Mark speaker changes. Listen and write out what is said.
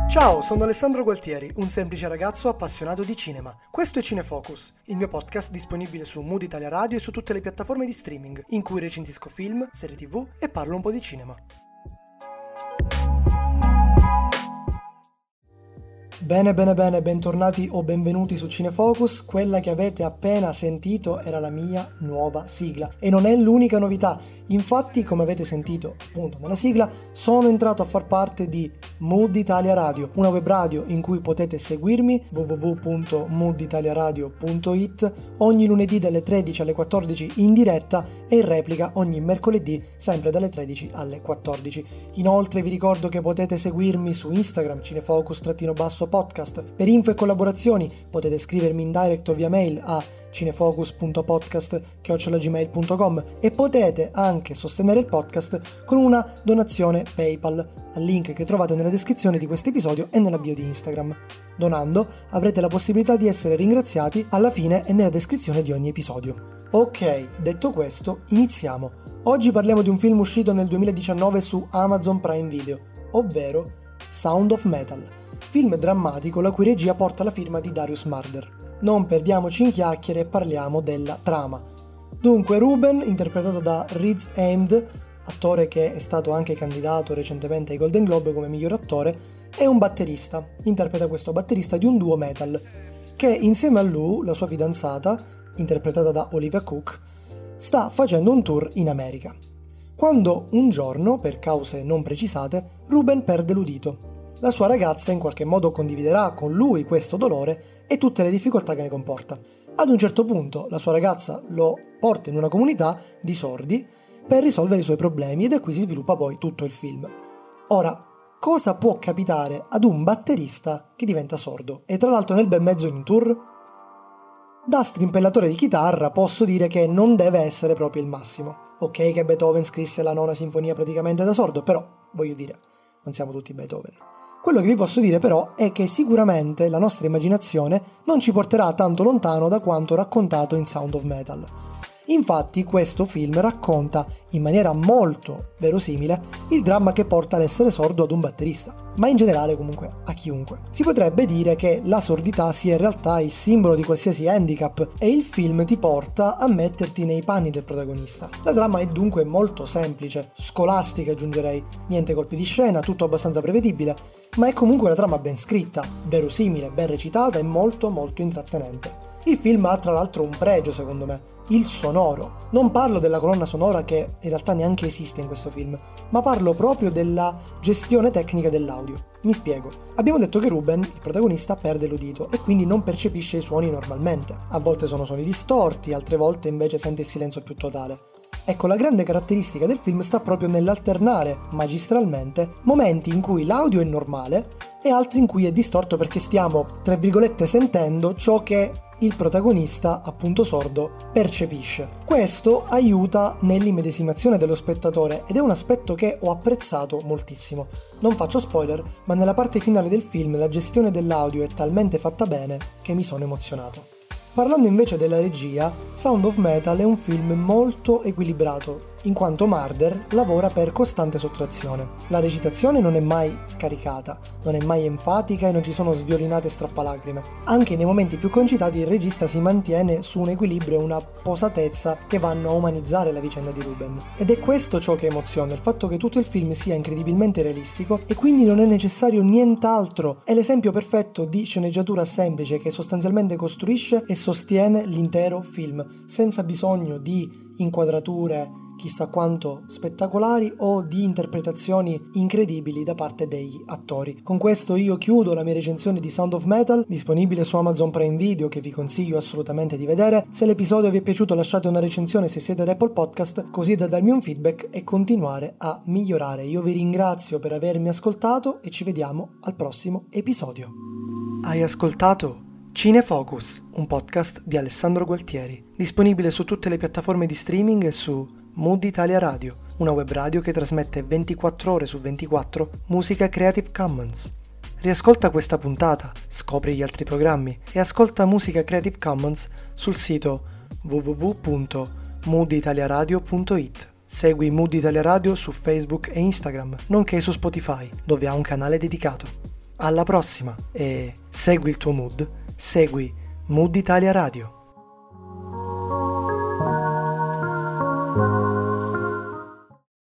Speaker 1: Ciao, sono Alessandro Gualtieri, un semplice ragazzo appassionato di cinema. Questo è Cinefocus, il mio podcast disponibile su Mood Italia Radio e su tutte le piattaforme di streaming, in cui recensisco film, serie TV e parlo un po' di cinema. Bene, bentornati o benvenuti su Cinefocus. Quella che avete appena sentito era la mia nuova sigla e non è l'unica novità. Infatti, come avete sentito appunto nella sigla, sono entrato a far parte di Mood Italia Radio, una web radio in cui potete seguirmi, www.mooditaliaradio.it, ogni lunedì dalle 13 alle 14 in diretta e in replica ogni mercoledì sempre dalle 13 alle 14. Inoltre vi ricordo che potete seguirmi su Instagram, cinefocus-podcast. Per info e collaborazioni potete scrivermi in direct o via mail a cinefocus.podcast@gmail.com e potete anche sostenere il podcast con una donazione PayPal al link che trovate nella descrizione di questo episodio e nella bio di Instagram. Donando avrete la possibilità di essere ringraziati alla fine e nella descrizione di ogni episodio. Ok, detto questo, iniziamo. Oggi parliamo di un film uscito nel 2019 su Amazon Prime Video, ovvero Sound of Metal, film drammatico la cui regia porta la firma di Darius Marder. Non perdiamoci in chiacchiere e parliamo della trama. Dunque, Ruben, interpretato da Riz Ahmed, attore che è stato anche candidato recentemente ai Golden Globe come miglior attore, è un batterista. Interpreta questo batterista di un duo metal, che insieme a Lou, la sua fidanzata, interpretata da Olivia Cook, sta facendo un tour in America. Quando un giorno, per cause non precisate, Ruben perde l'udito. La sua ragazza in qualche modo condividerà con lui questo dolore e tutte le difficoltà che ne comporta. Ad un certo punto la sua ragazza lo porta in una comunità di sordi per risolvere i suoi problemi e da qui si sviluppa poi tutto il film. Ora, cosa può capitare ad un batterista che diventa sordo e tra l'altro nel bel mezzo in un tour? Da strimpellatore di chitarra posso dire che non deve essere proprio il massimo. Ok che Beethoven scrisse la nona sinfonia praticamente da sordo, però, voglio dire, non siamo tutti Beethoven. Quello che vi posso dire però è che sicuramente la nostra immaginazione non ci porterà tanto lontano da quanto raccontato in Sound of Metal. Infatti questo film racconta in maniera molto verosimile il dramma che porta all'essere sordo ad un batterista, ma in generale comunque a chiunque. Si potrebbe dire che la sordità sia in realtà il simbolo di qualsiasi handicap e il film ti porta a metterti nei panni del protagonista. La trama è dunque molto semplice, scolastica aggiungerei, niente colpi di scena, tutto abbastanza prevedibile, ma è comunque una trama ben scritta, verosimile, ben recitata e molto intrattenente. Il film ha tra l'altro un pregio secondo me, il sonoro. Non parlo della colonna sonora che in realtà neanche esiste in questo film, ma parlo proprio della gestione tecnica dell'audio. Mi spiego. Abbiamo detto che Ruben, il protagonista, perde l'udito e quindi non percepisce i suoni normalmente. A volte sono suoni distorti, altre volte invece sente il silenzio più totale. Ecco, la grande caratteristica del film sta proprio nell'alternare, magistralmente, momenti in cui l'audio è normale e altri in cui è distorto perché stiamo, tra virgolette, sentendo ciò che il protagonista, appunto sordo, percepisce. Questo aiuta nell'immedesimazione dello spettatore ed è un aspetto che ho apprezzato moltissimo. Non faccio spoiler, ma nella parte finale del film la gestione dell'audio è talmente fatta bene che mi sono emozionato. Parlando invece della regia, Sound of Metal è un film molto equilibrato, in quanto Marder lavora per costante sottrazione. La recitazione non è mai caricata, non è mai enfatica e non ci sono sviolinate strappalacrime. Anche nei momenti più concitati il regista si mantiene su un equilibrio e una posatezza che vanno a umanizzare la vicenda di Ruben. Ed è questo ciò che emoziona, il fatto che tutto il film sia incredibilmente realistico e quindi non è necessario nient'altro. È l'esempio perfetto di sceneggiatura semplice che sostanzialmente costruisce e sostiene l'intero film, senza bisogno di inquadrature chissà quanto spettacolari o di interpretazioni incredibili da parte degli attori. Con questo io chiudo la mia recensione di Sound of Metal, disponibile su Amazon Prime Video, che vi consiglio assolutamente di vedere. Se l'episodio vi è piaciuto lasciate una recensione se siete ad Apple Podcast, così da darmi un feedback e continuare a migliorare. Io vi ringrazio per avermi ascoltato e ci vediamo al prossimo episodio. Hai ascoltato Cinefocus, un podcast di Alessandro Gualtieri, disponibile su tutte le piattaforme di streaming e su Mood Italia Radio, una web radio che trasmette 24 ore su 24 musica Creative Commons. Riascolta questa puntata, scopri gli altri programmi e ascolta musica Creative Commons sul sito www.mooditaliaradio.it. Segui Mood Italia Radio su Facebook e Instagram, nonché su Spotify, dove ha un canale dedicato. Alla prossima e segui il tuo mood, segui Mood Italia Radio.